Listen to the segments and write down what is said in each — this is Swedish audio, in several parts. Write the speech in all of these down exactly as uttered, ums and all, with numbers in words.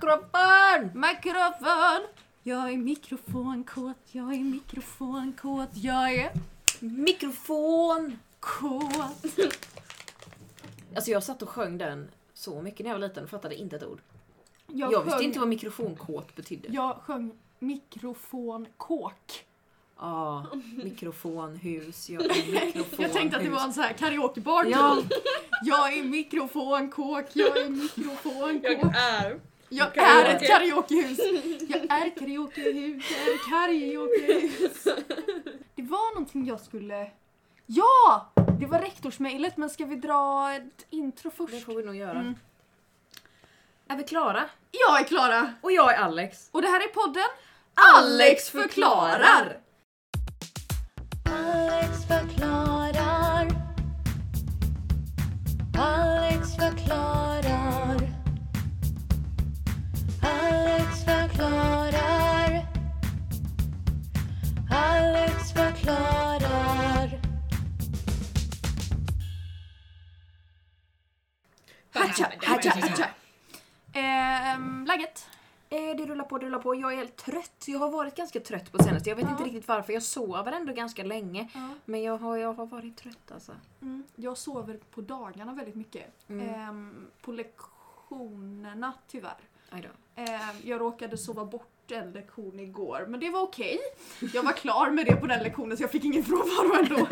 Mikrofon! Mikrofon! Jag är mikrofonkåt, jag är mikrofonkåt, jag är mikrofonkåt. Alltså jag satt och sjöng den så mycket när jag var liten och fattade inte ett ord. Jag, jag visste sjöng, inte vad mikrofonkåt betydde. Jag sjöng mikrofonkåk. Ja, ah, mikrofonhus, jag är mikrofonhus. Jag tänkte att det var en sån här karaokebar. Ja. Jag är mikrofonkåk, jag är mikrofonkåk. Jag är... Jag är ett karaokehus. Jag är karaokehus, jag är karaokehus. Det var någonting jag skulle... Ja! Det var rektorsmailet, men ska vi dra ett intro först? Det får vi nog göra. Mm. Är vi klara? Jag är Klara. Och jag är Alex. Och det här är podden Alex förklarar. Alex förklarar. Alex förklarar. Alex förklarar. Alex förklarar. Hacha, hacha, hacha. Ehm, läget? Eh, det rullar på, det rullar på. Jag är helt trött. Jag har varit ganska trött på senaste. Jag vet Ja. inte riktigt varför. Jag sover ändå ganska länge. Ja. Men jag har, jag har varit trött alltså. Mm. Jag sover på dagarna väldigt mycket. Mm. Ehm, på lektionerna tyvärr. Aj då. Ehm, jag råkade sova bort en lektion igår, men det var okej. Jag var klar med det på den lektionen så jag fick ingen frånvaro ändå.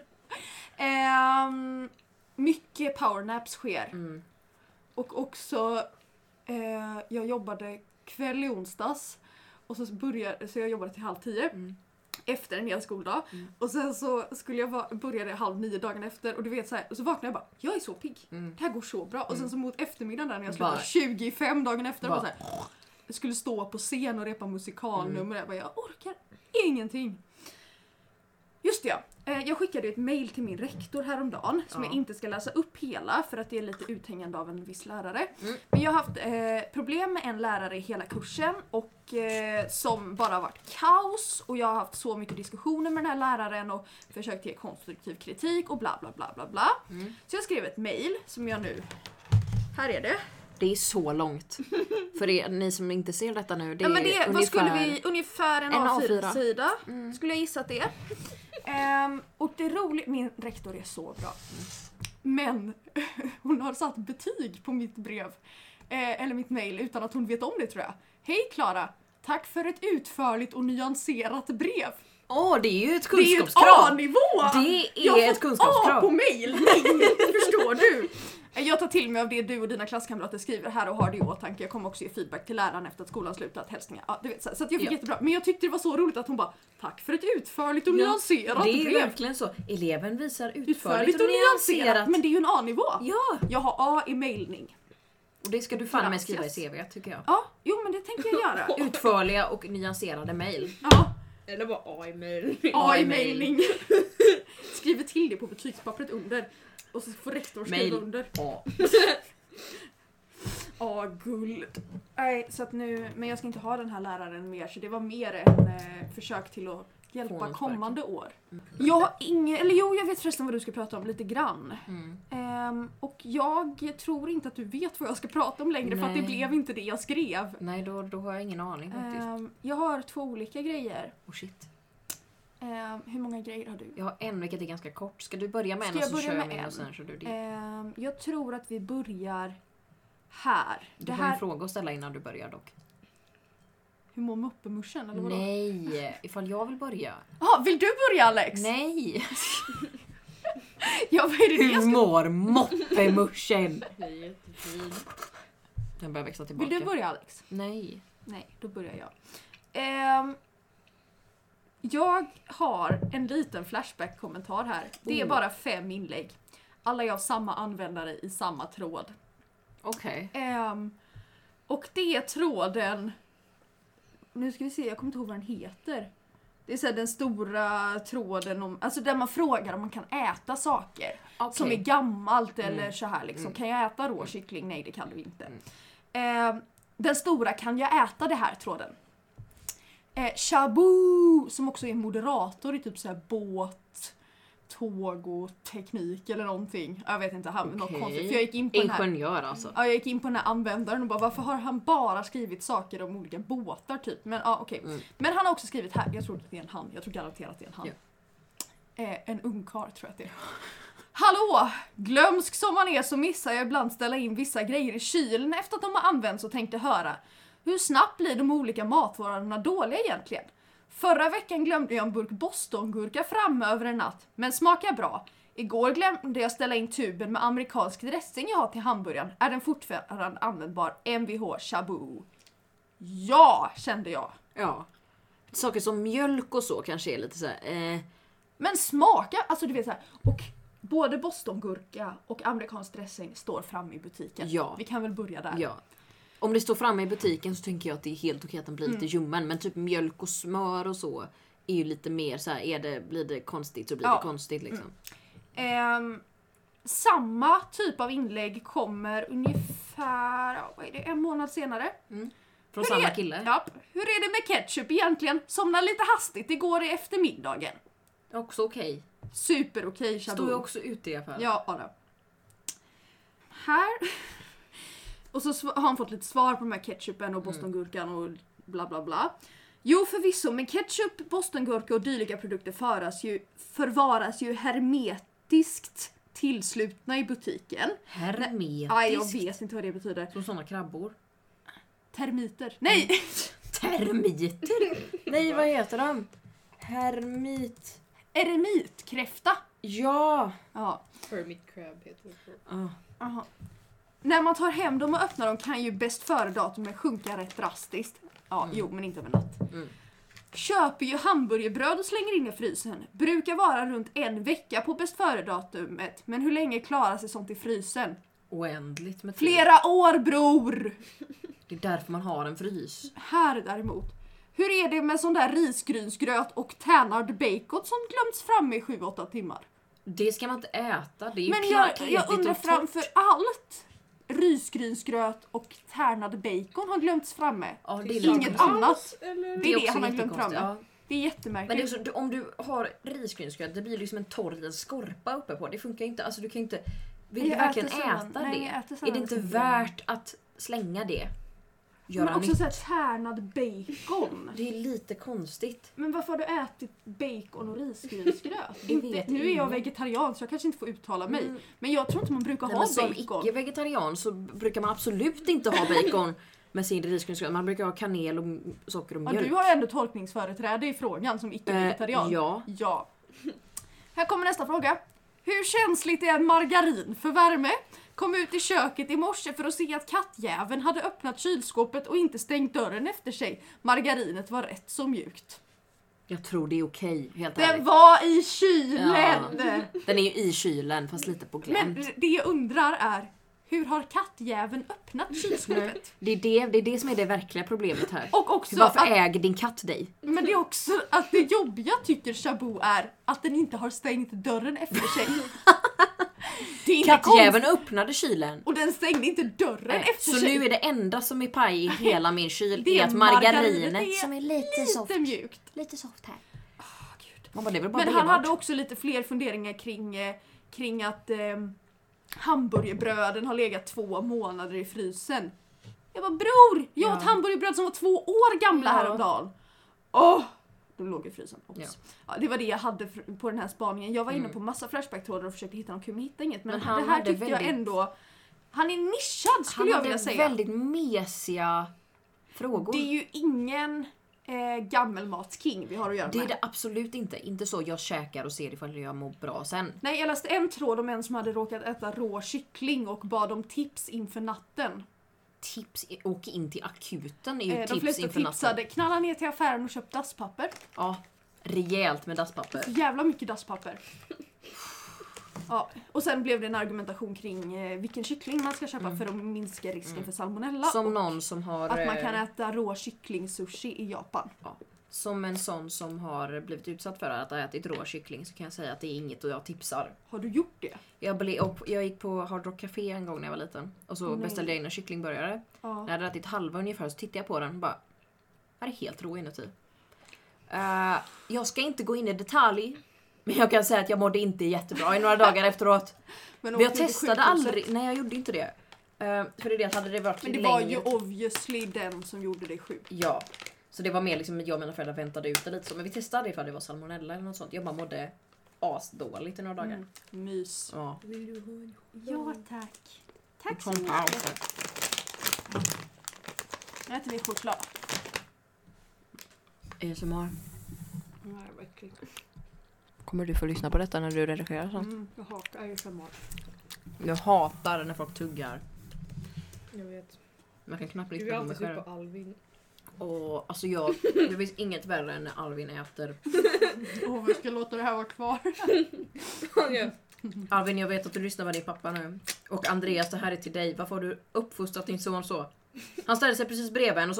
Ehm, mycket powernaps sker. Mm. Och också, eh, jag jobbade kväll i onsdags. Och så började, så jag jobbade till halv tio. Mm. Efter en hel skoldag. Mm. Och sen så skulle jag va- börja det halv nio dagen efter. Och du vet så här, och så vaknade jag bara, jag är så pigg. Mm. Det här går så bra. Och sen så mot eftermiddagen där när jag Bara- slutade tjugofem dagen efter. Bara- Bara. Så här, jag skulle stå på scen och repa musikalnummer. Mm. Jag bara, jag orkar ingenting. Just det, ja. Eh, Jag skickade ett mail till min rektor häromdagen som Ja. jag inte ska läsa upp hela för att det är lite uthängande av en viss lärare. Mm. Men jag har haft eh, problem med en lärare i hela kursen och eh, som bara har varit kaos och jag har haft så mycket diskussioner med den här läraren och försökt ge konstruktiv kritik och bla bla bla bla bla. Mm. Så jag skrev ett mail som jag nu... Här är det. Det är så långt. För er, ni som inte ser detta nu, det Ja, är men det, ungefär... vad skulle vi, ungefär en, en A A fyra. fyra-sida Mm. skulle jag gissa att det är. Ehm, och det är roligt, min rektor är så bra. Men hon har satt betyg på mitt brev, eh, eller mitt mail utan att hon vet om det tror jag. Hej Klara, tack för ett utförligt och nyanserat brev. Åh, det är ju ett Det är ju ett kunskapskrav. A-nivå! Det Jag är har ett fått A kunskapskrav. på mail! Nej, förstår du? Jag tar till mig av det du och dina klasskamrater skriver här och har det i åtanke. Jag kommer också ge feedback till läraren efter att skolan slutat. Hälsningar. Ja, du vet, så att jag fick Ja. jättebra. Men jag tyckte det var så roligt att hon bara, tack för ett utförligt och Ja, nyanserat det är brev. verkligen så. Eleven visar utförligt, Utförligt och nyanserat. Men det är ju en A-nivå. Ja, Jag har A i mailning. och det ska du fan med Gracias. skriva i C V tycker jag. Ja, jo men det tänker jag göra. Utförliga och nyanserade mejl. Ja, Eller bara A i mail. A i mailning. Skriver till det på betygspappret under. Och så får rektor skriva Mail. under. Ja. Ja, guld. Nej, så att nu, men jag ska inte ha den här läraren mer så det var mer en eh, försök till att Få hjälpa honom kommande år. Jag har ingen, eller jo jag vet förresten vad du ska prata om lite grann. Mm. Ehm, och jag tror inte att du vet vad jag ska prata om längre för att det Nej. blev inte det jag skrev. Nej, då, då har jag ingen aning faktiskt. Ehm, jag har två olika grejer. Oh shit. Ehm, hur många grejer har du? Jag har en vilket är ganska kort. Ska du börja med Ska en och jag så börja kör jag med min en? och sen kör du din? Ehm, jag tror att vi börjar här. Du Det har en här fråga att ställa innan du börjar dock. hur mår muppemuschen eller vadå? Nej, ifall jag vill börja. Jaha, vill du börja Alex? Nej! Ja, vad är det jag Hur ska... mår moppemuschen? Det är jättefin. Den börjar växa tillbaka. Vill du börja Alex? Nej. Nej, då börjar jag. Ehm, jag har en liten flashback-kommentar här. Det är Oh. bara fem inlägg. Alla är av samma användare i samma tråd. Okej. Ehm, och det är tråden... Nu ska vi se, jag kommer inte ihåg vad den heter. Det är så här den stora tråden om... Alltså där man frågar om man kan äta saker. Okej. Som är gammalt Mm. eller så här liksom. Mm. Kan jag äta rå kyckling? Nej, det kan du inte. Mm. Ehm, den stora kan jag äta det här tråden. Eh, Shabu, som också är moderator i typ så här båt tåg och teknik eller någonting. Jag vet inte, han, något Okej. konstigt. För jag gick in på den här, Ingenjör alltså. ja, jag gick in på den här användaren och bara, varför har han bara skrivit saker om olika båtar typ? Men ja, okej. Mm. Men han har också skrivit här, jag tror att det är en han, jag tror garanterat att det är en han. Ja. Eh, en ungkarl tror jag att det är. Hallå! Glömsk som man är så missar jag ibland ställa in vissa grejer i kylen efter att de har använts och tänkte höra. Hur snabbt blir de olika matvarorna dåliga egentligen? Förra veckan glömde jag en burk bostongurka framme över en natt, men smakar bra. Igår glömde jag ställa in tuben med amerikansk dressing jag har till hamburgaren. Är den fortfarande användbar? M V H Shabu. Ja, kände jag. Ja. Saker som mjölk och så kanske är lite så här, eh, Men smaka, alltså du vet så här, och både bostongurka och amerikansk dressing står framme i butiken. Ja. Vi kan väl börja där. ja. Om det står framme i butiken så tänker jag att det är helt okej att den blir Mm. lite ljummen. Men typ mjölk och smör och så är ju lite mer så här, är det, blir det konstigt så blir Ja. det konstigt liksom. Ehm, samma typ av inlägg kommer ungefär, ja, vad är det, en månad senare. Från Hur samma är- kille. Ja, hur är det med ketchup egentligen? Somnar lite hastigt igår i eftermiddagen. Också okej. Super okej, Shabu. Står ju också ute i alla fall. Ja, ja då. Här. Och så sv- har han fått lite svar på de här ketchupen och bostongurkan och bla bla bla. Jo förvisso, men ketchup, bostongurka och dylika produkter föras ju, förvaras ju hermetiskt tillslutna i butiken. Hermetisk. Aj, jag vet inte vad det betyder. Som såna krabbor. Termiter. Nej! Termiter? Nej, vad heter de? Hermit. Eremitkräfta. Ja. Ja. Hermit crab heter det. Ah. Aha. När man tar hem dem och öppnar dem kan ju bäst före-datumet sjunka rätt drastiskt. Ja, Mm. jo, men inte över natt. Mm. Köper ju hamburgerbröd och slänger in i frysen. Brukar vara runt en vecka på bäst före-datumet. Men hur länge klarar sig sånt i frysen? Oändligt med tid. Flera år, bror! Det är därför man har en frys. Här däremot. Hur är det med sån där risgrynsgröt och tärnad bacon som glömts framme i sju åtta timmar? Det ska man inte äta. Det är ju Men jag, kletigt jag undrar och torrt. framför allt risgrynsgröt och tärnad bacon har glömts framme. Ja, det är Inget lite- annat. Eller? Det är det också han har glömt jättekonstigt, framme. ja. Det är Men jättemärkligt. det är också, du- om du har risgrynsgröt, det blir liksom en torr liten skorpa uppe på. Det funkar ju inte. Alltså du kan ju inte... Vill du Jag verkligen äter sällan. äta Nej, det? jag äter Är sällan det inte risgrynsgröt. värt att slänga det? Men Göra också nytt? så här tärnad bacon. Det är lite konstigt. Men varför har du ätit bacon och risgrynsgröt? Det Inte, vet nu är jag ingen. vegetarian så jag kanske inte får uttala mig. Mm. Men jag tror inte man brukar Nej, ha men som bacon. icke-vegetarian så brukar man absolut inte ha bacon med sin risgrynsgröt. Man brukar ha kanel och socker och Ja, mjölk. du har ändå tolkningsföreträde i frågan som icke-vegetarian. Eh, ja. Ja. Här kommer nästa fråga. Hur känsligt är en margarin för värme? Kom ut i köket i morse för att se att kattjäveln hade öppnat kylskåpet och inte stängt dörren efter sig. Margarinet var rätt så mjukt. Jag tror det är okej, helt Den ärligt. var i kylen! Den är ju i kylen fast lite på glänt. Men det jag undrar är, hur har kattjäveln öppnat kylskåpet? Det är det, det är det som är det verkliga problemet här. Och också Varför att, äger din katt dig? men det är också att det jobbiga tycker Shabu är att den inte har stängt dörren efter sig. Det är inte Kattjäveln öppnade kylen. Och den stängde inte dörren Nej, efter så sig. nu är det enda som är paj i hela min kyl Det är är att margarinet margarinet som är lite soft. lite mjukt. Lite soft här. Man bara, det är väl bara Men han bredbart. hade också lite fler funderingar kring, eh, kring att eh, hamburgerbröden har legat två månader i frysen. Jag bara, bror! Jag Ja. åt hamburgerbröd som var två år gamla Ja. häromdagen. Åh! De låg i frysen. Ops. Ja. Ja, det var det jag hade fr- på den här spaningen. Jag var inne Mm. på massa Flashback-trådar och försökte hitta någon kul, men hittade inget. Men, Men han han det här hade tyckte jag väldigt- ändå... Han är nischad skulle Han jag hade vilja säga. väldigt mesiga frågor. Det är ju ingen eh, gammelmatsking vi har att göra Det är med. det absolut inte. Inte så jag käkar och ser ifall jag mår bra sen. Nej, jag läste en tråd om en som hade råkat äta rå kyckling och bad om tips inför natten. Tips, åk in till akuten är ju Eh, de tips flesta inför natten. tipsade, knalla ner till affären och köp dasspapper. Ja, rejält med dasspapper. Så jävla mycket dasspapper. Ja, och sen blev det en argumentation kring eh, vilken kyckling man ska köpa Mm. för att minska risken Mm. för salmonella. Som och någon som har... att man kan eh, äta rå kyckling-sushi i Japan. Som en sån som har blivit utsatt för att ha ätit rå kyckling så kan jag säga att det är inget och jag tipsar. Har du gjort det? Jag, ble, och jag gick på Hard Rock Café en gång när jag var liten. Och så Nej. beställde jag in en kycklingburgare. Ja. När jag hade ätit halva ungefär så tittade jag på den och bara... Är det helt rå inuti? Uh, jag ska inte gå in i detalj. Men jag kan säga att jag mådde inte jättebra i några dagar efteråt. Men Men jag åkte du till testade sjukhuset? aldrig. Nej, jag gjorde inte det. Uh, för det är det att hade det varit Men det längre... var ju obviously den som gjorde dig sjuk. Ja. Så det var mer liksom att jag och mina föräldrar väntade ut det lite så. Men vi testade ifall det var salmonella eller något sånt. Jag bara mådde asdåligt i några dagar. Mm. Mys. Ja. Vill du ha en Ja, tack. Tack så Sånt mycket. här. Nu äter vi choklad. A S M R. Nej, vad äckligt. Kommer du få lyssna på detta när du redigerar sen? Mm, jag hatar A S M R. Jag hatar när folk tuggar. Jag vet. Man kan knappt Du är lyssna på mig alltid själv. sur på Alvin. Och alltså jag, det finns inget värre än när Alvin äter. Åh, oh, vi ska låta det här vara kvar. Ja. Alvin, jag vet att du lyssnar på din pappa nu. Och Andreas, det här är till dig. Varför har du uppfostrat din son så? Han ställde sig precis bredvid en och så...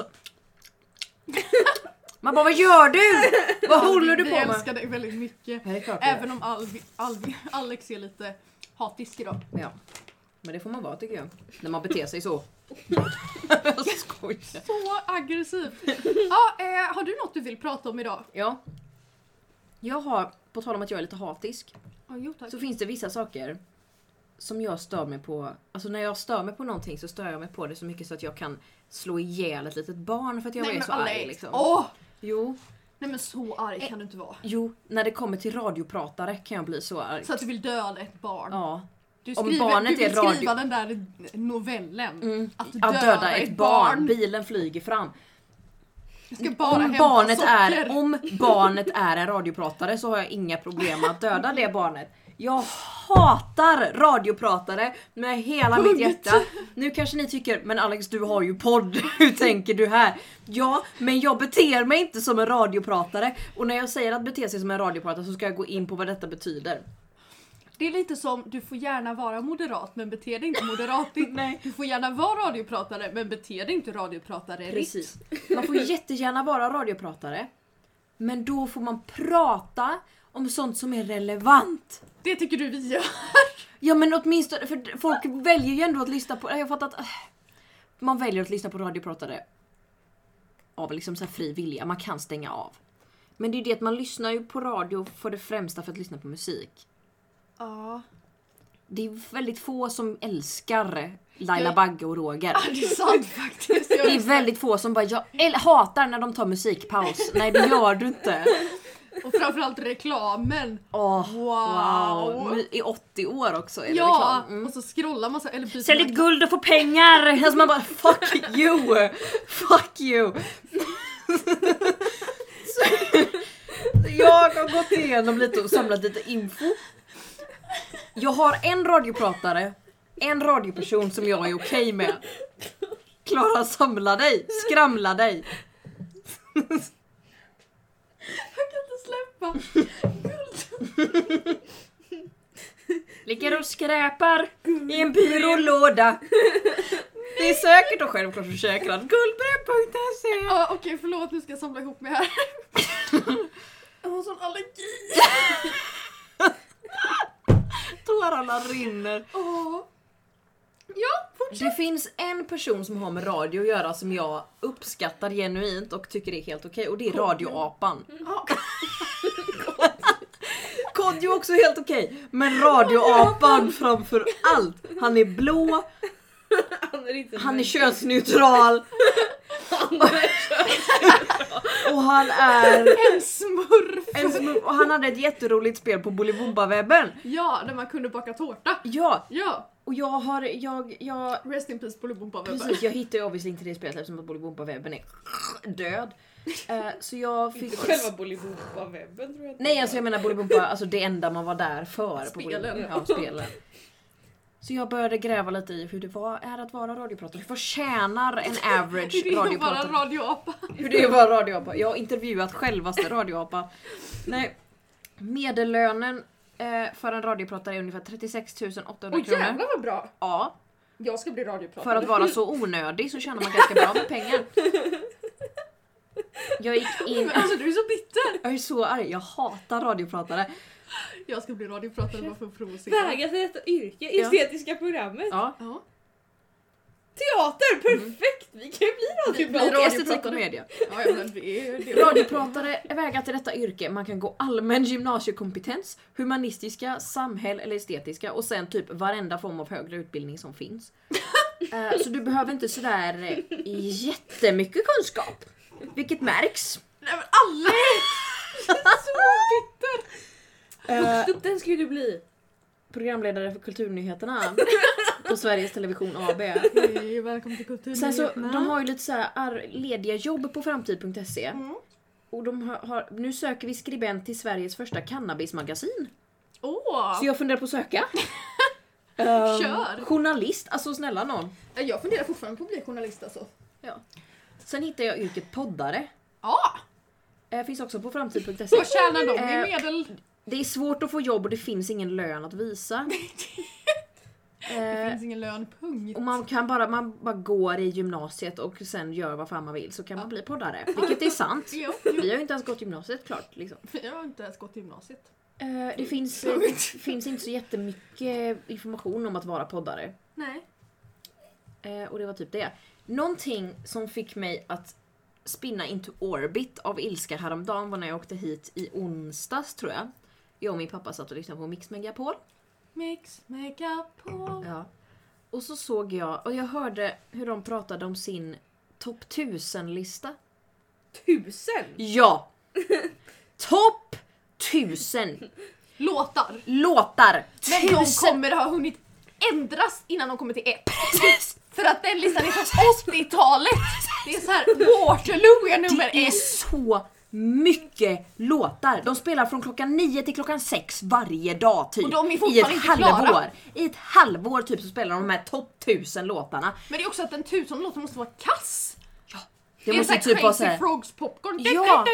Man bara, vad gör du? Vad håller du på Vi med? älskar dig väldigt mycket. Ja, det är klart det är. Även om Alvi, Alvi, Alex är lite hatisk idag. Ja. Men det får man vara tycker jag. När man beter sig så. Jag skojar. Så aggressiv. Ja, eh, har du något du vill prata om idag? Ja. Jag har, på tal om att jag är lite hatisk, Ja, jo tack. så finns det vissa saker som jag stör mig på. Alltså när jag stör mig på någonting så stör jag mig på det så mycket så att jag kan slå ihjäl ett litet barn för att jag Nej, är men så Alex. arg liksom. Åh! Jo, Nej men så arg kan du inte vara. jo, när det kommer till radiopratare kan jag bli så arg. Så att du vill döda ett barn. Ja. Du, Om skriver, barnet du vill är radio- skriva den där novellen. Mm. Att Att döda, döda ett barn. Bilen flyger fram. Jag ska bara Om hämta barnet, socker. är, om barnet är en radiopratare så har jag inga problem med att döda det barnet. Jag hatar radiopratare med hela mitt hjärta. Nu kanske ni tycker, men Alex du har ju podd, hur tänker du här? Ja, men jag beter mig inte som en radiopratare. Och när jag säger att bete sig som en radiopratare så ska jag gå in på vad detta betyder. Det är lite som, du får gärna vara moderat men bete dig inte moderatigt. Nej. Du får gärna vara radiopratare men bete dig inte radiopratare. Precis. Man får jättegärna vara radiopratare. Men då får man prata om sånt som är relevant. Det tycker du vi gör. Ja men åtminstone, för folk väljer ju ändå att lyssna på, jag har fattat att man väljer att lyssna på radiopratare av liksom så här fri vilja, man kan stänga av. Men det är ju det att man lyssnar ju på radio för det främsta för att lyssna på musik. Ja. Det är väldigt få som älskar Laila Bagge och Roger. Ja, det är sant faktiskt. Det är väldigt få som bara, jag el- hatar när de tar musikpaus. Nej det gör du inte. Och framförallt reklamen. Åh, Wow. wow. I åttio år också är det Ja, reklam. Mm. och så scrollar man så eller byter Sälj man- ditt guld och få pengar! Alltså man bara, fuck you! Fuck you! Så, jag har gått igenom lite och samlat lite info. Jag har en radiopratare, en radioperson som jag är okej med. Klara, samla dig, skramla dig. Jag kan inte släppa. Ligger och skräpar i en byrålåda. Det är säkert och självklart försäkrad. Guldbrev punkt se. Ja, okej, förlåt, nu ska jag samla ihop mig här. Jag har sån allergi. Tårarna rinner. Åh. Ja, fortsätt. Det finns en person som har med radio att göra som jag uppskattar genuint och tycker är helt okej. Och det är radioapan. Ja. Kodjo också helt okej. Men radioapan framför allt. Han är blå. Han är, inte Han är människa. könsneutral. Och han är En smurf. en smurf. Och han hade ett jätteroligt spel på Bolibompa-webben. Ja, där man kunde baka tårta. Ja, Ja. och jag har, jag, jag Rest in peace Bolibompa-webben. Precis, jag hittade ju obviously inte det spelet eftersom att Bolibompa-webben är död. Uh, så jag fick... Inte själva Bolibompa-webben tror jag inte. Nej, alltså jag menar Bolibompa, alltså det enda man var där för. På Spelen. Bolibompa. Ja, spelen. Så jag började gräva lite i hur det var, är att vara radiopratare. Hur förtjänar en average Det är bara radiopratare? radioapa. Hur det är att vara radioapa. Jag har intervjuat självaste radioapa. Nej, medellönen eh, för en radiopratare är ungefär trettiosex tusen åttahundra Åh kronor. jävlar vad bra. Ja, Jag ska bli radiopratare. för att vara så onödig så tjänar man ganska bra med pengar. Jag gick in... Men alltså du är så bitter. Jag är så arg, jag hatar radiopratare. Jag ska bli radiopratare bara för att provocera. Vägar till detta yrke, Ja. estetiska programmet. Ja, Ja. Teater, perfekt! Vi kan ju bli radiopratare. Och estetik och media. Ja, ja, men det är, det är Radiopratare är vägar till detta yrke. Man kan gå allmän gymnasiekompetens, humanistiska, samhäll eller estetiska och sen typ varenda form av högre utbildning som finns. uh, så du behöver inte sådär uh, jättemycket kunskap. Vilket märks. Nej men Alex! Så bitter! Uh, Den ska ju du bli. programledare för kulturnyheterna på Sveriges Television A B. Hej, välkommen till Sen så, Kulturnyheterna. de har ju lite så här ar- lediga jobb på framtid punkt se. Mm. Och de har, har, nu söker vi skribent till Sveriges första cannabismagasin. Åh! Så jag funderar på att söka. um, Kör! Journalist, alltså snälla någon. Jag funderar fortfarande på att bli journalist alltså. Ja. Sen hittar jag yrket poddare. Ja! Eh, finns också på framtid punkt se. Vad tjänar de i Eh, medel? Det är svårt att få jobb och det finns ingen lön att visa. Det eh, finns ingen lön, punkt. och man kan bara, man bara går i gymnasiet och sen gör vad fan man vill så kan man bli poddare. Vilket är sant. Jo, Vi har ju inte ens gått gymnasiet klart liksom. jag har inte ens gått till gymnasiet. Eh, det finns, eh, det finns inte så jättemycket information om att vara poddare. Nej. Eh, och det var typ det. Någonting som fick mig att spinna into orbit av ilska häromdagen var när jag åkte hit i onsdags tror jag. Jag och min pappa satt och lyssnade på Mix Megapol. Mix Megapol. Ja. Och så såg jag, och jag hörde hur de pratade om sin topp tusen-lista. Tusen! Ja! Topp tusen Låtar. låtar. Men de Tusen! kommer ha hunnit ändras innan de kommer till ett. För att den listan är från åttiotalet. Det är så här, Waterloo är nummer Det är ett. så mycket låtar. De spelar från klockan nio till klockan sex varje dag typ. Och de är I fortfarande ett inte halvår. klara. I ett halvår typ så spelar de de här topp tusen låtarna. Men det är också att den tusen låten måste vara kass. Det, Det är måste såhär typ vara Crazy så här. Frogs popcorn. Ja.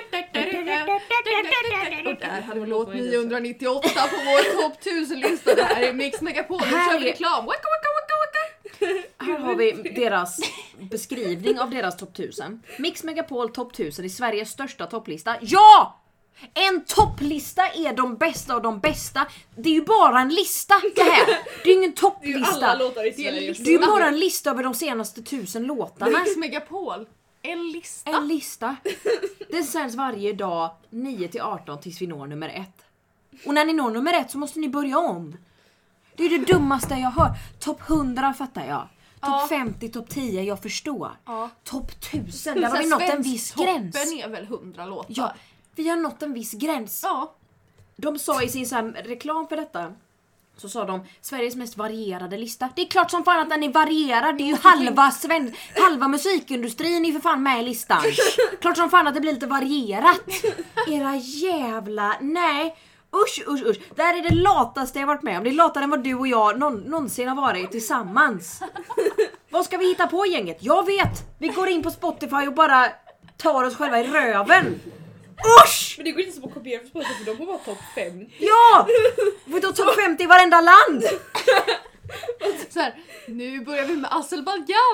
Och där hade vi låt niohundranittioåtta på vår topp tusen-lista. Det här är Mix Megapol. Nu Här kör vi är- reklam. Waka, waka, waka, waka. Här har vi deras beskrivning av deras topp tusen. Mix Megapol topp tusen i Sveriges största topplista. Ja! En topplista är de bästa av de bästa. Det är ju bara en lista det här. Det är ju ingen Det är ju alla topplista. låtar i Det är Sverige. lista. Det är ju bara en lista över de senaste tusen låtarna. Mix Megapol. En lista. En lista. Den sänds varje dag nio till arton tills vi når nummer ett. Och när ni når nummer ett så måste ni börja om. Det är det dummaste jag hör. Topp hundra fattar jag. Topp Ja. femtio, topp tio, jag förstår. Ja. Topp tusen, där har vi nått en viss gräns. Toppen är väl hundra låtar. Ja, vi har nått en viss gräns. Ja. De sa i sin så här reklam för detta, så sa de Sveriges mest varierade lista. Det är klart som fan att den är varierad. Det är ju halva, sven- halva musikindustrin är för fan med i listan. Klart som fan att det blir lite varierat. Era jävla... Nej. Usch, usch, usch. Det här är det lataste jag varit med om. Det är latare än vad du och jag någon, någonsin har varit tillsammans. Vad ska vi hitta på gänget? Jag vet. Vi går in på Spotify och bara tar oss själva i röven. Usch! Men det går inte som att kopiera från Spotify för de får bara topp fem. Ja! Vi tar topp femtio i varenda land. Så här, nu börjar vi med Azerbaijan.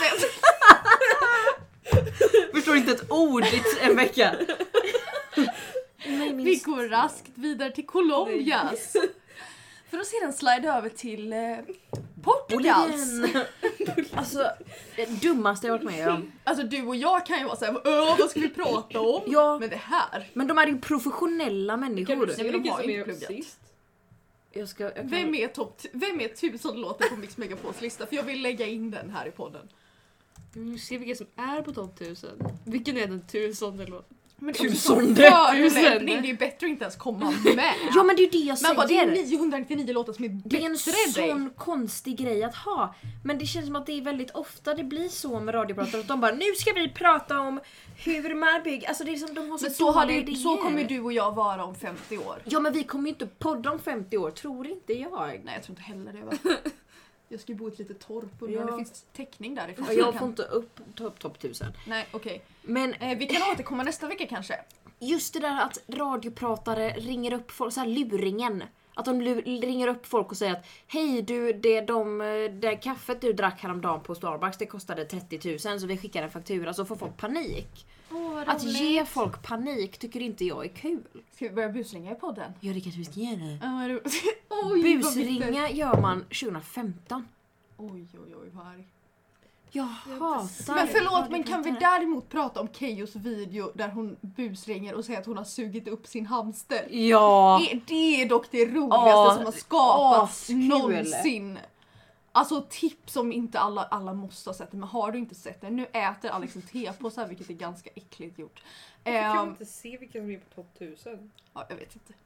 Förstår inte ett ord i en vecka. Nej, Vi går raskt vidare till Colombias. För att sedan slida över till eh, Portugals. Bolivien. Alltså, det dummaste jag varit med om. Alltså du och jag kan ju vara såhär, Åh, vad ska vi prata om? Ja. Men det här, Men de är ju professionella Kan människor. du se men de vilken har som inte är pluggat. sist? Jag ska, jag kan... vem är, topp, vem är tusen låtar på Mix Megapols lista? För jag vill lägga in den här i podden. Mm, se vilka som är på topp tusen. Vilken är den tusende låten? Men det är också Tusende. så förolämpning, det är bättre att inte ens komma med. Ja men det är ju det jag Men bara, det är säger. niohundranittionio låtar som är Det är en bättre än dig. sån konstig grej att ha. Men det känns som att det är väldigt ofta det blir så med radiopratare. Att de bara, nu ska vi prata om hur man bygger. Alltså det är som de har så, Men så, har dåliga det, idéer. så kommer du och jag vara om femtio år. Ja men vi kommer ju inte podda om femtio år, tror inte jag. Nej, jag tror inte heller det. Va? Jag ska ju bo i ett litet torp och Ja. det finns täckning därifrån. Och jag får inte upp topp top tusen. Nej, okej. Men Eh, vi kan återkomma nästa vecka kanske. just det där att radiopratare ringer upp folk, så här luringen. Att de lu- ringer upp folk och säger att hej du, det, de, det kaffet du drack häromdagen på Starbucks det kostade trettio tusen så vi skickar en faktura så får folk panik. Oh, Att ge folk panik tycker inte jag är kul. Ska vi börja busringa i podden? Ja det kanske vi ska göra. Ja, det... Oj, vad bitter. Busringa gör man tjugohundrafemton. Oj, oj, oj, vad arg. Jag hatar Men förlåt, men kan vi radiopratare. däremot prata om Keyyos video där hon busringer och säger att hon har sugit upp sin hamster? Ja. Det, det är dock det roligaste Åh, som har skapats askul. någonsin. Alltså tips som inte alla, alla måste ha sett det, men har du inte sett det, nu äter Alex en tepåse här, vilket är ganska äckligt gjort. Varför kan man Ehm, inte se vilka som är på topp tusen? ja, jag vet inte.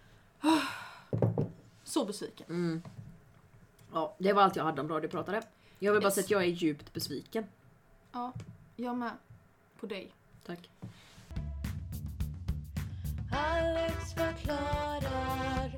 Så besviken. Mm. Ja, det var allt jag hade om radiopratare. Jag vill bara Yes. säga att jag är djupt besviken. Ja, jag med. På dig. Tack. Alex förklarar.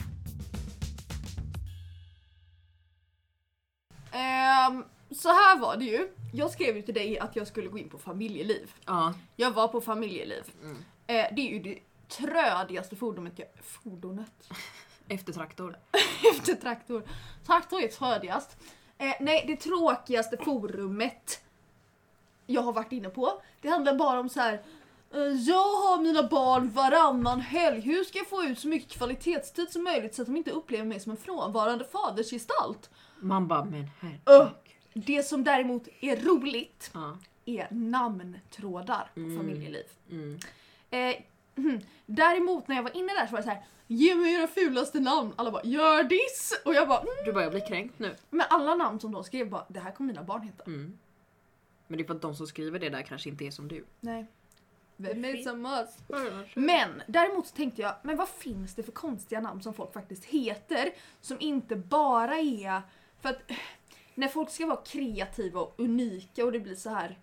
Ehm, så här var det ju. Jag skrev ju till dig att jag skulle gå in på familjeliv. Ja. Jag var på familjeliv. Mm. Eh, det är ju det trödigaste fordonet jag... Fordonet? Eftertraktor. Efter traktor. Traktor är trödigast. Eh, nej, det tråkigaste forumet jag har varit inne på. Det handlar bara om så här. eh, Jag har mina barn varannan helg. Hur ska jag få ut så mycket kvalitetstid som möjligt så att de inte upplever mig som en frånvarande fadersgestalt? Man bara, men herregud. Öh. Det som däremot är roligt Ja. är namntrådar på Mm. familjeliv. Mm. Eh, hmm. Däremot när jag var inne där så var det så här: ge mig era fulaste namn. Alla bara, Gördis! Och jag bara, mm. Du bara, jag blir kränkt nu. Men alla namn som de skrev bara, det här kommer mina barn heta. Mm. Men det är för att de som skriver det där kanske inte är som du. Nej. Vem Det är fin- som oss? Men däremot så tänkte jag, men vad finns det för konstiga namn som folk faktiskt heter? Som inte bara är... För att när folk ska vara kreativa och unika och det blir så här...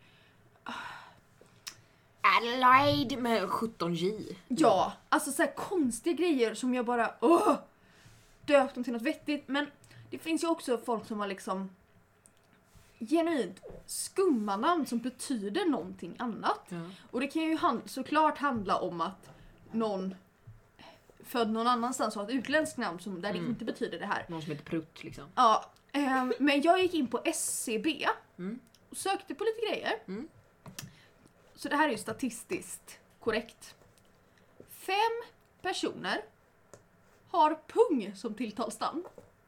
Adelaide med sjutton J. Ja, alltså så här konstiga grejer som jag bara... Åh, döpt dem till något vettigt. Men det finns ju också folk som har liksom... genuint skumma namn som betyder någonting annat. Ja. Och det kan ju hand- såklart handla om att någon född någon annanstans har ett utländskt namn som, där Mm. det inte betyder det här. Någon som heter Prutt liksom. Ja, ehm, men jag gick in på S C B Mm. och sökte på lite grejer. Mm. Så det här är ju statistiskt korrekt. Fem personer har pung som tilltalsnamn.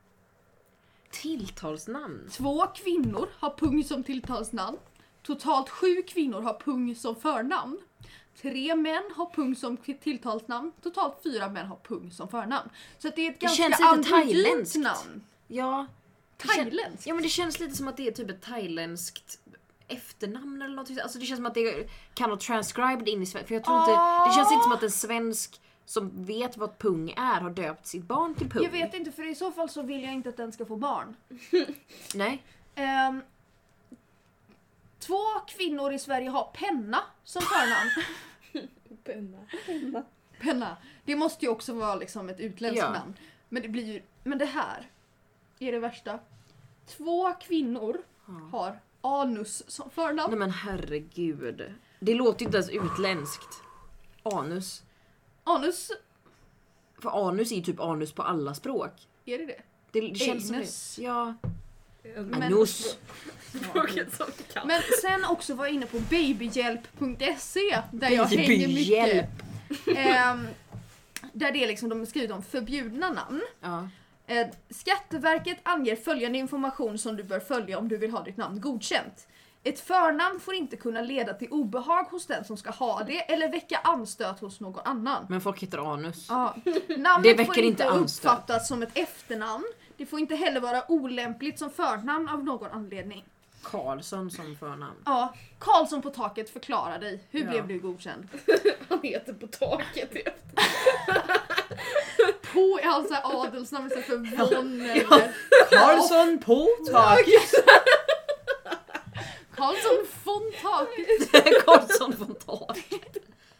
Tilltalsnamn. Två kvinnor har pung som tilltalsnamn. Totalt sju kvinnor har pung som förnamn. Tre män har pung som k- tilltalsnamn. Totalt fyra män har pung som förnamn. Så att det är ett Det ganska känns lite androgynt thailändskt. namn. Ja. det kän- Thailändskt? Ja men det känns lite som att det är typ ett thailändskt efternamn eller något. Alltså det känns som att det kan vara transcribed in i Sverige. För jag tror inte, det känns inte som att en svensk som vet vad pung är har döpt sitt barn till pung. Jag vet inte, för i så fall så vill jag inte att den ska få barn. Nej. Ehm, två kvinnor i Sverige har penna som förnamn. Penna. Penna. Det måste ju också vara liksom ett utländskt Ja. namn. Men det blir ju, men det här är det värsta. Två kvinnor Ja. har anus som förnamn. Nej men herregud. Det låter ju inte ens utländskt. Anus. Anus, För anus är ju typ anus på alla språk. är det det? Det, det känns Anus. som det. Ja. Men- Anus. Språket som kan. Men sen också var jag inne på babyhjälp punkt se där jag hänger Babyhjälp. mycket. Ehm, där det är liksom, de har skrivit om förbjudna namn. Ja. Eh, Skatteverket anger följande information som du bör följa om du vill ha ditt namn godkänt. Ett förnamn får inte kunna leda till obehag hos den som ska ha det eller väcka anstöt hos någon annan. Men folk heter anus. Ja. Namnet Det väcker får inte inte anstöt. uppfattas som ett efternamn. Det får inte heller vara olämpligt som förnamn av någon anledning. Karlsson som förnamn. Ja, Karlsson på taket, förklara dig. Hur Ja. blev du godkänd? Han heter på taket. På är alltså adelsnamn istället för von eller Karlsson på taket. Karlsson från taket. Karlsson från taket.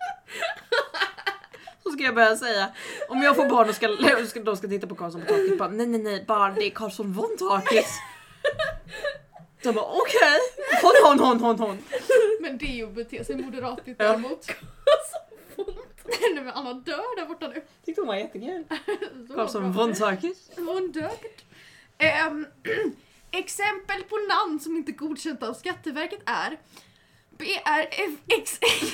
Så ska jag börja säga. Om jag får barn och ska, ska, de ska titta på Karlsson på taket. Bara, nej nej nej, barn det är Karlsson från taket. De bara okej. Okay. Hon hon hon hon hon. Men det är ju att bete sig moderatigt Ja. däremot. Nej men Anna dör där borta nu. Tyckte hon var jättekul. Så Karlsson bra. från taket. Hon dör. Ehm, exempel på namn som inte godkänt av Skatteverket är B R F X X.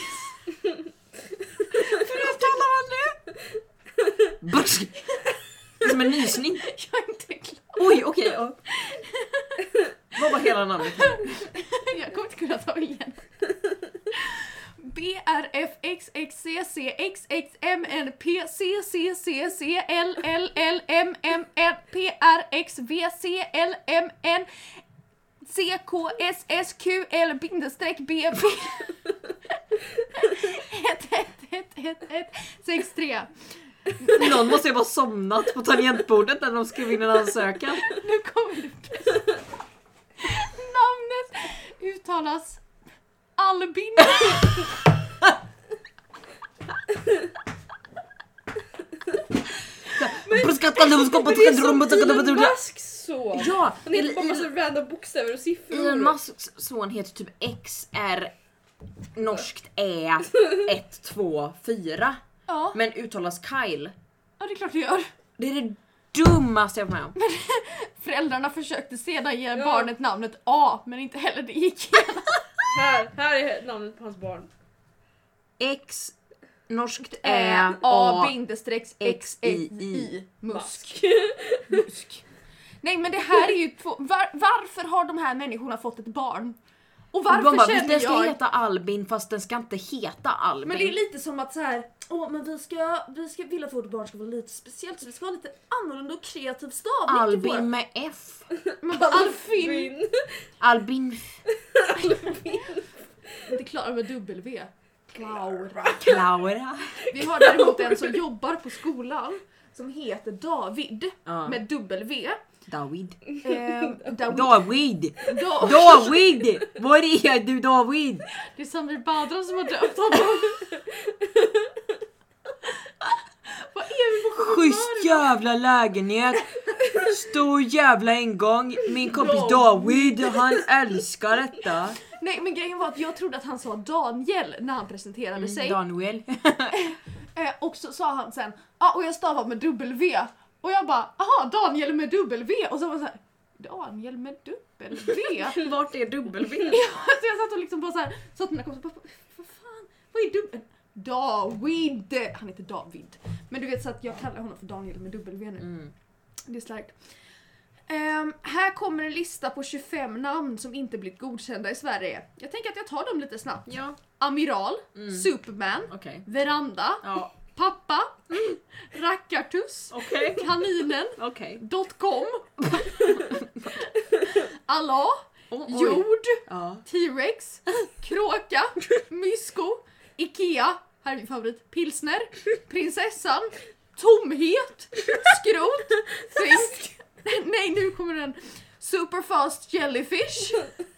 Hur uttalar man det? Butch. Det är som en nysning. Jag är inte klar. Oj okej. Okay, ja. Vad var hela namnet? Jag tar igen. B R F X X C C X X M N P C C C C L L L M M N P R X V C L M N C K S S Q L bindestreck B B ett ett ett ett ett sex tre. Någon måste ju vara somnat på tangentbordet när de skrev in en ansökan. Nu kommer det. Namnet uttalas Albin. Det är Elon Musks son. Ja, Han heter bara massa random bokstäver och siffror. Elon Musks son heter typ X R norskt Ä ett två fyra. Ja. Men uttalas Kyle. Ja, det är klart det gör. Det är det dummaste jag varit med om. Föräldrarna försökte sedan ge Ja. barnet namnet A, men inte heller det gick igenom. Här, här är namnet på hans barn. X norskt Ä, Ä A, A bindestreck, X, I, I, musk. Musk. Musk. Nej, men det här är ju två... Var, varför har de här människorna fått ett barn? Och varför De bara, känner den ska jag... heta Albin fast den ska inte heta Albin. Men det är lite som att så här, åh, men vi ska, vi ska vilja att vårt barn ska vara lite speciellt, så vi ska ha lite annorlunda och kreativ stavning till Albin våra... med F. Men Alfin. Albin. Inte klara med W. Klaura. Klaura. Vi har däremot en som jobbar på skolan som heter David Ja. med W. David. Eh, David. David. Da- David. Var är du David? Det är Samir Badran som har döpt honom. Vad är vi på Schysst jävla lägenhet. Stor jävla ingång. Min kompis David, han älskar detta. Nej, men grejen var att jag trodde att han sa Daniel när han presenterade sig. Daniel. Eh, och så sa han sen, ja, ah, och jag stavar med W. Och jag bara, aha, Daniel med W. Och så var det så här, Daniel med W. Vart är W? Så jag satt och liksom bara så här, så att mina kompisar bara, vad fan, vad är W? David. Han heter David. Men du vet så att jag kallar honom för Daniel med W nu. Mm. Det är starkt. Um, här kommer en lista på tjugofem namn som inte blivit godkända i Sverige. Jag tänker att jag tar dem lite snabbt. Ja. Amiral, Mm. Superman, Okej. Veranda, Ja. Pappa, Rackartus, Okej. Kaninen, Okej. dot com, Allah, Oh, oj. Jord, Ja. T-Rex, Kråka, Mysko, Ikea, här är min favorit, Pilsner, Prinsessan, Tomhet, Skrot, Fisk. Nej, nu kommer den. Superfast Jellyfish,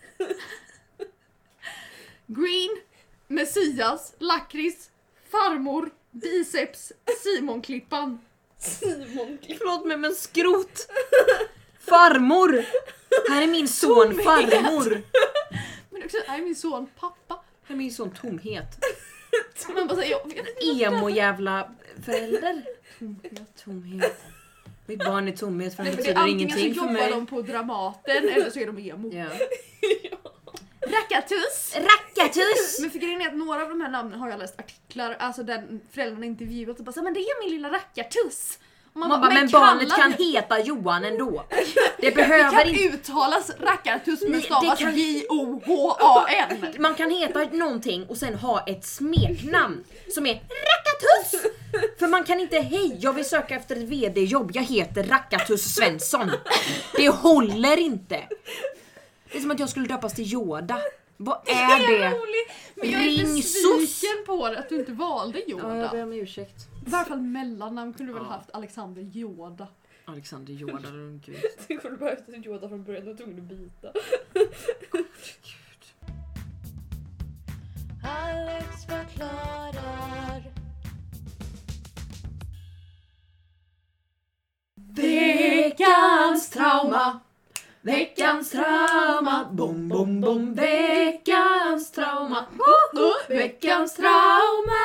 Green, Messias, Lakrits, Farmor, Biceps, Simon-klippan. Simon. Förlåt mig, men skrot. Farmor. Här är min son Farmor. Men också, här är min son pappa. Här är min son Tomhet. Man bara säger, jag vet inte. Emo jävla förälder. Tomhet. Tomhet. Mitt barn är tomhet för det Nej, för det är betyder antingen ingenting så för jobbar mig. de på Dramaten eller så är de emo. Ja. Rackartus! Rackartus! Men för grejen är att några av de här namnen har jag läst artiklar, alltså den föräldrarna intervjuat och bara så, men det är min lilla Rackartus. Och Man bara, men barnet kallar- kan heta Johan ändå. Det det behöver kan inte... uttalas Rackartus men Nej, stavas det kan- J O H A N. Man kan heta någonting och sen ha ett smeknamn som är Rackartus. För man kan inte, hej, jag vill söka efter ett vd-jobb, jag heter Rackartus Svensson. Det håller inte. Det är som att jag skulle döpas till Yoda. Vad är Det är det? roligt. Men jag är Ring sos. besviken på det att du inte valde Ja, jag Yoda. ber om ursäkt. I varje fall mellannamn kunde du väl Ja. haft Alexander Yoda. Alexander Yoda Lundqvist. Det kunde bara efter Yoda från början, du var tvungen att byta. Alex förklarar. Veckans trauma. Veckans trauma, bom bom bom. Veckans trauma, oh, oh. Veckans trauma.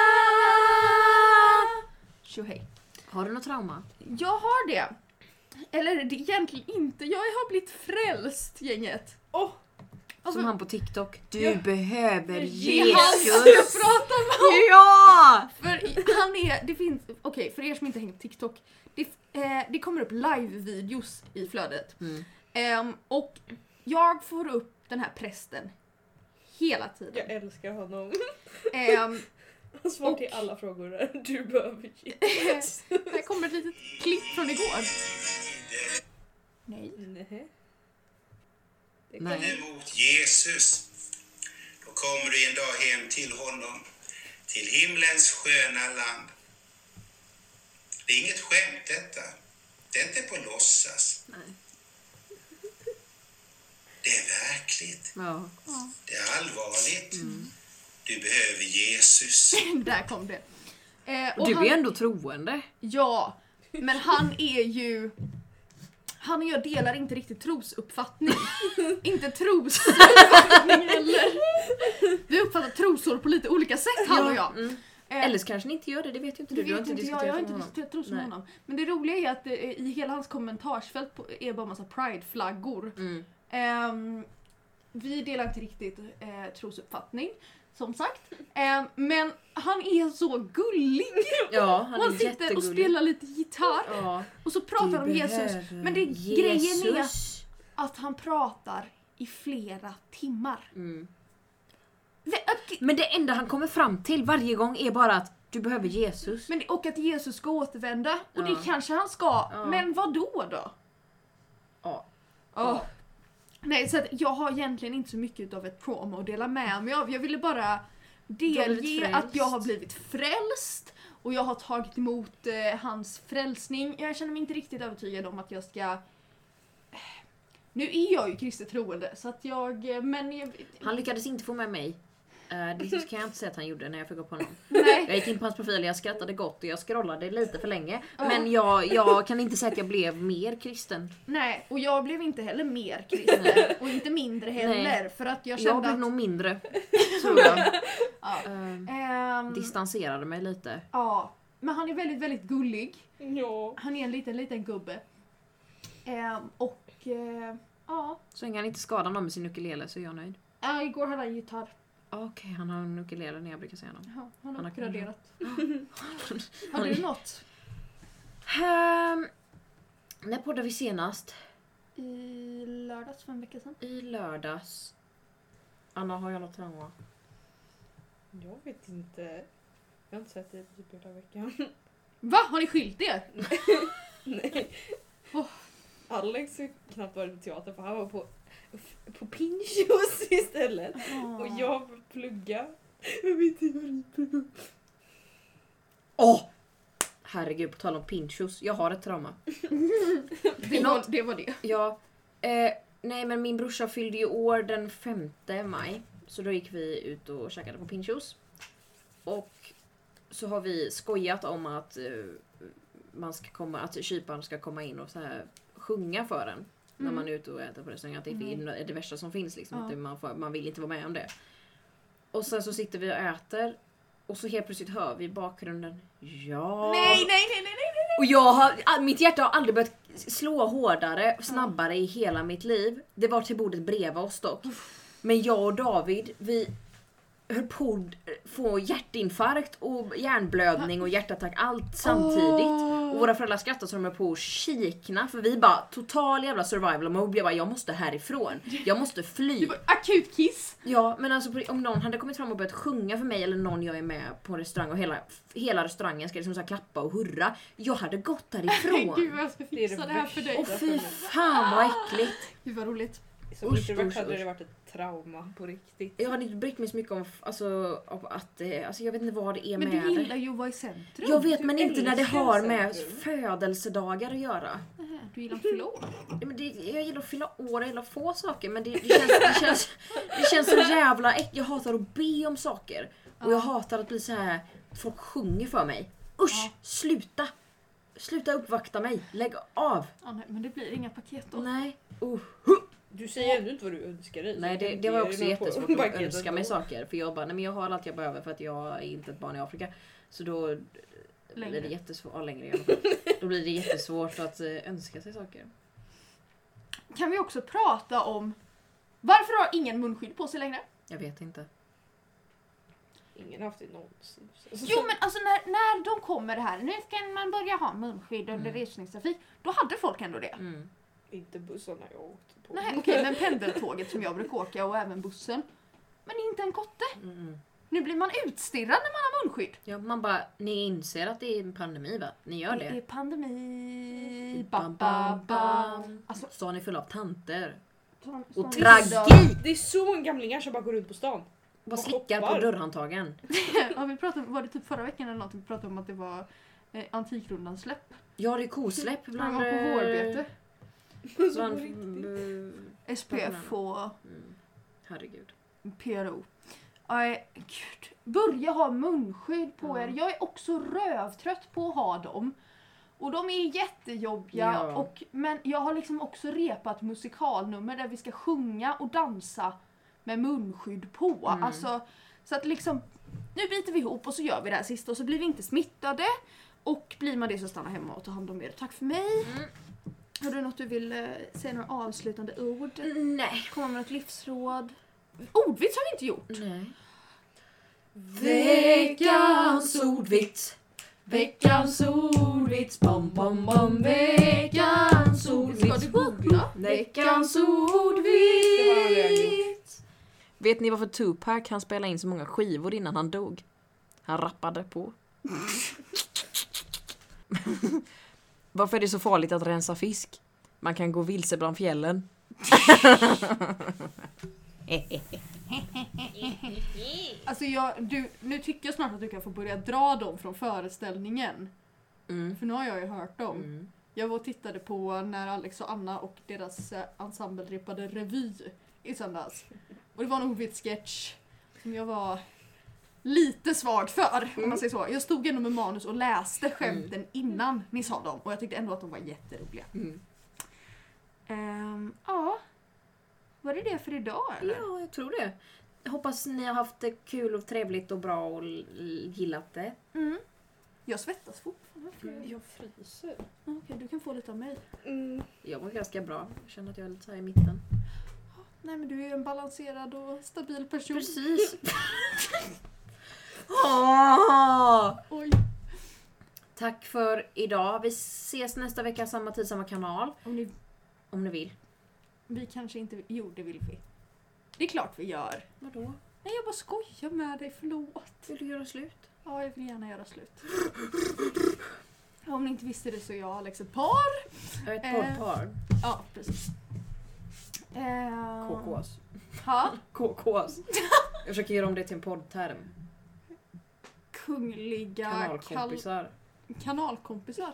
Tjohej. Har du något trauma? Jag har det. Eller det är egentligen inte. Jag har blivit frälst, gänget. Åh! Alltså, Som han på TikTok. Du Ja. behöver det är han som jag Jesus. pratar med. Ja! För han är, det finns, okej, för er som inte hänger på TikTok. Det, eh, det kommer upp live-videos i flödet. Mm. Ehm, och jag får upp den här prästen hela tiden. Jag älskar honom. Ehm, Han svarar Och- till alla frågor där du behöver ge. här kommer ett litet klipp från igår. Nej. Nej. Det Nej. kommer- emot Jesus. Då kommer du en dag hem till honom, till himlens sköna land. Det är inget skämt detta. Det är inte på låtsas. Nej. Det är verkligt. Ja. Det är allvarligt. Du behöver Jesus. Där kom det. Eh, och Du han, är ändå troende. Ja, men han är ju... Han och jag delar inte riktigt trosuppfattning. inte trosuppfattning heller. Vi uppfattar trosår på lite olika sätt, han och jag. Mm. Eh, Eller så kanske ni inte gör det, det vet ju inte det du. Du har vet inte inte jag, jag har diskuterat inte med honom. diskuterat tros med Nej. honom. Men det roliga är att eh, i hela hans kommentarsfält på, är bara massa prideflaggor. Mm. Ehm, vi delar inte riktigt eh, trosuppfattning, som sagt. Ehm, men han är så gullig. Ja, Och han han är sitter och jättegullig. spelar lite gitarr. Ja. Och så pratar han om Jesus. Men det grejen är att han pratar i flera timmar. Mm. Det- att- Men det enda han kommer fram till varje gång är bara att du behöver Jesus. Men, och att Jesus ska återvända. Och Ja. det kanske han ska. Ja. Men vad då då? Ja. Åh. Nej, så att jag har egentligen inte så mycket av ett promo att dela med mig av. Jag ville bara Du har blivit delge frälst. att jag har blivit frälst. Och jag har tagit emot eh, hans frälsning. Jag känner mig inte riktigt övertygad om att jag ska... Nu är jag ju kristet troende, så att jag... eh, Men jag... Han lyckades inte få med mig. Uh, det kan jag inte säga att han gjorde när jag fick upp honom. Nej. Jag gick in på hans profil, jag skrattade gott och jag scrollade lite för länge. Ja. Men jag, jag kan inte säga att jag blev mer kristen. Nej, och jag blev inte heller mer kristen. Och inte mindre heller. Nej. För att jag Jag kände blev att... nog mindre, tror jag. Ja. Uh, Ehm, distanserade mig lite. ja, men han är väldigt, väldigt gullig. Ja. Han är en liten, liten gubbe. Ehm, och eh, ja, Så länge han inte skadar någon med sin ukulele så är jag nöjd. ja, igår hade han gitarr. Okej, han har en ukulele när jag brukar säga honom. Ja, han har Han har graderat. Han Hade är- du något? Um, när poddade vi senast? I lördags för en vecka sedan. I lördags. Anna, har jag något trauma? Jag vet inte. Jag har inte sett det typ hela veckan. Va? Har ni skilt er? Nej. Åh. Alex har knappt varit på teater för han var på, på Pinchos istället. Och jag pluggar. Jag vet inte vad det är. Åh! Herregud, på tal om pinchos. Jag har ett trauma. det, var, det var det. Ja. Eh, nej, men min brorsa fyllde ju år den femte maj. Så då gick vi ut och käkade på pinchos. Och så har vi skojat om att eh, man ska komma, att kyparen ska komma in och så här sjunga för en. När Mm. man är ute och äter på restaurang. Att det Mm. är det värsta som finns. Liksom, Ja. att det, man, får, man vill inte vara med om det. Och sen så sitter vi och äter. Och så helt plötsligt hör vi i bakgrunden. Ja. Nej, nej, nej, nej, nej, nej. Och jag har, mitt hjärta har aldrig börjat slå hårdare, snabbare i hela mitt liv. Det var till bordet bredvid oss dock. Men jag och David, vi höll på att få hjärtinfarkt och hjärnblödning och hjärtattack, allt samtidigt. Åh. Och våra föräldrar skrattade så de höll på att kikna. För vi bara, total jävla survival mode. Jag bara, jag måste härifrån. Jag måste fly. Det var akut kiss. Ja, men alltså om någon hade kommit fram och börjat sjunga för mig eller någon jag är med på en restaurang och hela, hela restaurangen ska liksom så här klappa och hurra. Jag hade gått därifrån. Gud vad jag ska Det är fixa det det här för dig. Och fy fan vad äckligt. Gud vad roligt. Så Usch, mycket värst usch, hade usch. det varit ett trauma på riktigt. Jag hade inte brytt mig så mycket om alltså, om att det, alltså jag vet inte vad det är Men med du gillar det. ju att vara i centrum. Jag vet du men inte när det älskar har med centrum. födelsedagar att göra. Nähä, Du gillar att fylla år. Ja, men det, jag gillar att fylla år, jag gillar få saker men det, det, känns, det, känns, det känns så jävla äck. Jag hatar att be om saker. Och jag hatar att bli så här folk sjunger för mig. Usch, Ja. sluta! Sluta uppvakta mig, lägg av! Ja, nej, men det blir inga paket då. Nej, uh. Du säger ändå inte vad du önskar dig. Nej, så det, jag det var tänker också nog på jättesvårt att paketet önska mig då. saker. För jag bara, nej men jag har allt jag behöver för att jag är inte ett barn i Afrika. Så då blir Längre. det jättesvårt, ja, längre i alla fall. Då blir det jättesvårt att eh, önska sig saker. Kan vi också prata om varför har ingen munskydd på sig längre? Jag vet inte. Ingen har haft det någonsin. Jo men alltså när, när de kommer här, nu ska man börja ha munskydd under Mm. resningstrafik, då hade folk ändå det. Mm. Inte bussarna jag åkte på. Nej okej, men pendeltåget som jag brukar åka och även bussen. Men inte en kotte. Mm. Nu blir man utstirrad när man har munskydd. Ja, man bara, ni inser att det är en pandemi va? Ni gör Det är det. pandemi. Bam, Ba, bam, ba, bam. Alltså, Stan är full av tanter. stan- Och stan- tragik! Det är så många gamlingar som bara går runt på stan. Bara Och slickar på hoppar. dörrhandtagen. Ja, vi pratade, var det typ förra veckan eller något vi pratade om att det var eh, Antikrundans släpp. Ja, det är kosläpp När bland... de var på eh, vårbete. Så bland på riktigt. eh, S P F och mm, herregud. P R O. Aj, gud. Börja ha munskydd på Ja. er. Jag är också rövtrött på att ha dem. Och de är jättejobbiga. Ja. Och, men jag har liksom också repat musikalnummer där vi ska sjunga och dansa med munskydd på. Mm. Alltså, så att liksom, nu biter vi ihop och så gör vi det här sista och så blir vi inte smittade. Och blir man det så stanna hemma och ta hand om er. Tack för mig. Mm. Har du något du vill eh, säga några avslutande ord? Nej. Komma med något livsråd? Ordvits har vi inte gjort. Nej. Veckans ordvits. Veckans ordvits. Bom, bom, bom. Veckans Ska du googla? Veckans Det var ordvits. Vet ni varför Tupac han spelade in så många skivor innan han dog? Han rappade på. Varför är det så farligt att rensa fisk? Man kan gå vilse bland fjällen. Alltså jag, du, nu tycker jag snart att du kan få börja dra dem från föreställningen. Mm. För nu har jag ju hört dem. Mm. Jag var och tittade på när Alex och Anna och deras eh, ensemble repade revy i söndags. Och det var en ordvitssketch som jag var lite svag för, om man säger så. Jag stod ändå med manus och läste skämten innan ni sa dem. Och jag tyckte ändå att de var jätteroliga. Mm. Ehm, ja. Var det det för idag eller? Ja, jag tror det. Jag hoppas ni har haft det kul och trevligt och bra och l- l- gillat det. Mm. Jag svettas fortfarande. Jag fryser. Okej, du kan få lite av mig. Mm. Jag var ganska bra. Jag känner att jag är lite så här i mitten. Nej, men du är en balanserad och stabil person. Precis. Åh! Oj. Tack för idag. Vi ses nästa vecka, samma tid, samma kanal. Om ni, Om ni vill. vi kanske inte... Jo, det vill vi. Det är klart vi gör. Vadå? Nej, jag bara skojar med dig. Förlåt. Vill du göra slut? Ja, jag vill gärna göra slut. Om ni inte visste det så är jag och Alex ett par. Jag är ett Eh. poddpar. Ja, precis. Eh, K K:s. Ha? K K:s. Jag försöker göra om det till en poddterm. Kungliga Kanalkompisar. Kal- kanalkompisar.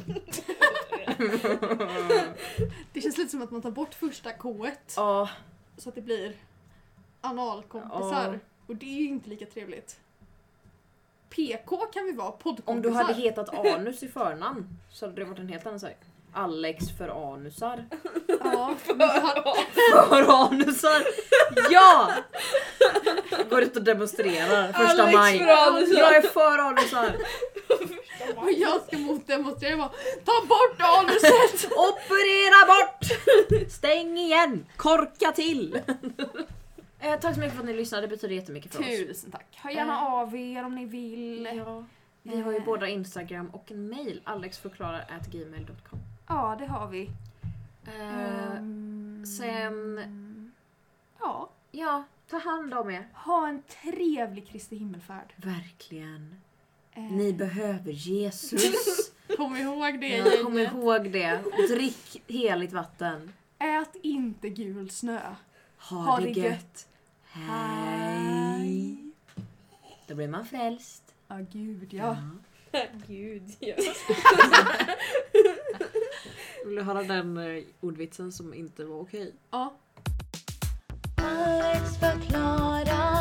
Det känns lite som att man tar bort första K-et. Ja, Så att det blir analkompisar. Ja. Och det är ju inte lika trevligt. P K kan vi vara, poddkompisar. om du hade hetat Anus i förnamn så hade det varit en helt annan sak. Alex för anusar. Ja, men du hade... För anusar! Ja! Går ut och demonstrerar första Alex maj. för anusar. Jag är för anusar. Och jag ska motdemonstrera och bara, ta bort anuset! Operera bort! Stäng igen! Korka till! eh, tack så mycket för att ni lyssnade, det betyder jättemycket för oss. Tusen tack. Hör gärna Eh. av er om ni vill. Ja. Vi har ju Eh. båda Instagram och en mail, alexförklarar at gmail dot com. Ja, det har vi. Eh, Ehm, sen- Ja, ja, ta hand om er. ha en trevlig Kristi himmelfärd. Verkligen. Eh, Ni behöver Jesus. Kom ihåg det, Ja, kom gänget. ihåg det. Drick heligt vatten. Ät inte gul snö. Ha, Ha det det gött. gött. Hej. Då blir man frälst. Ja, gud ja. Gud, ja. Vill du höra den eh, ordvitsen som inte var okej? Ja. Alex förklarar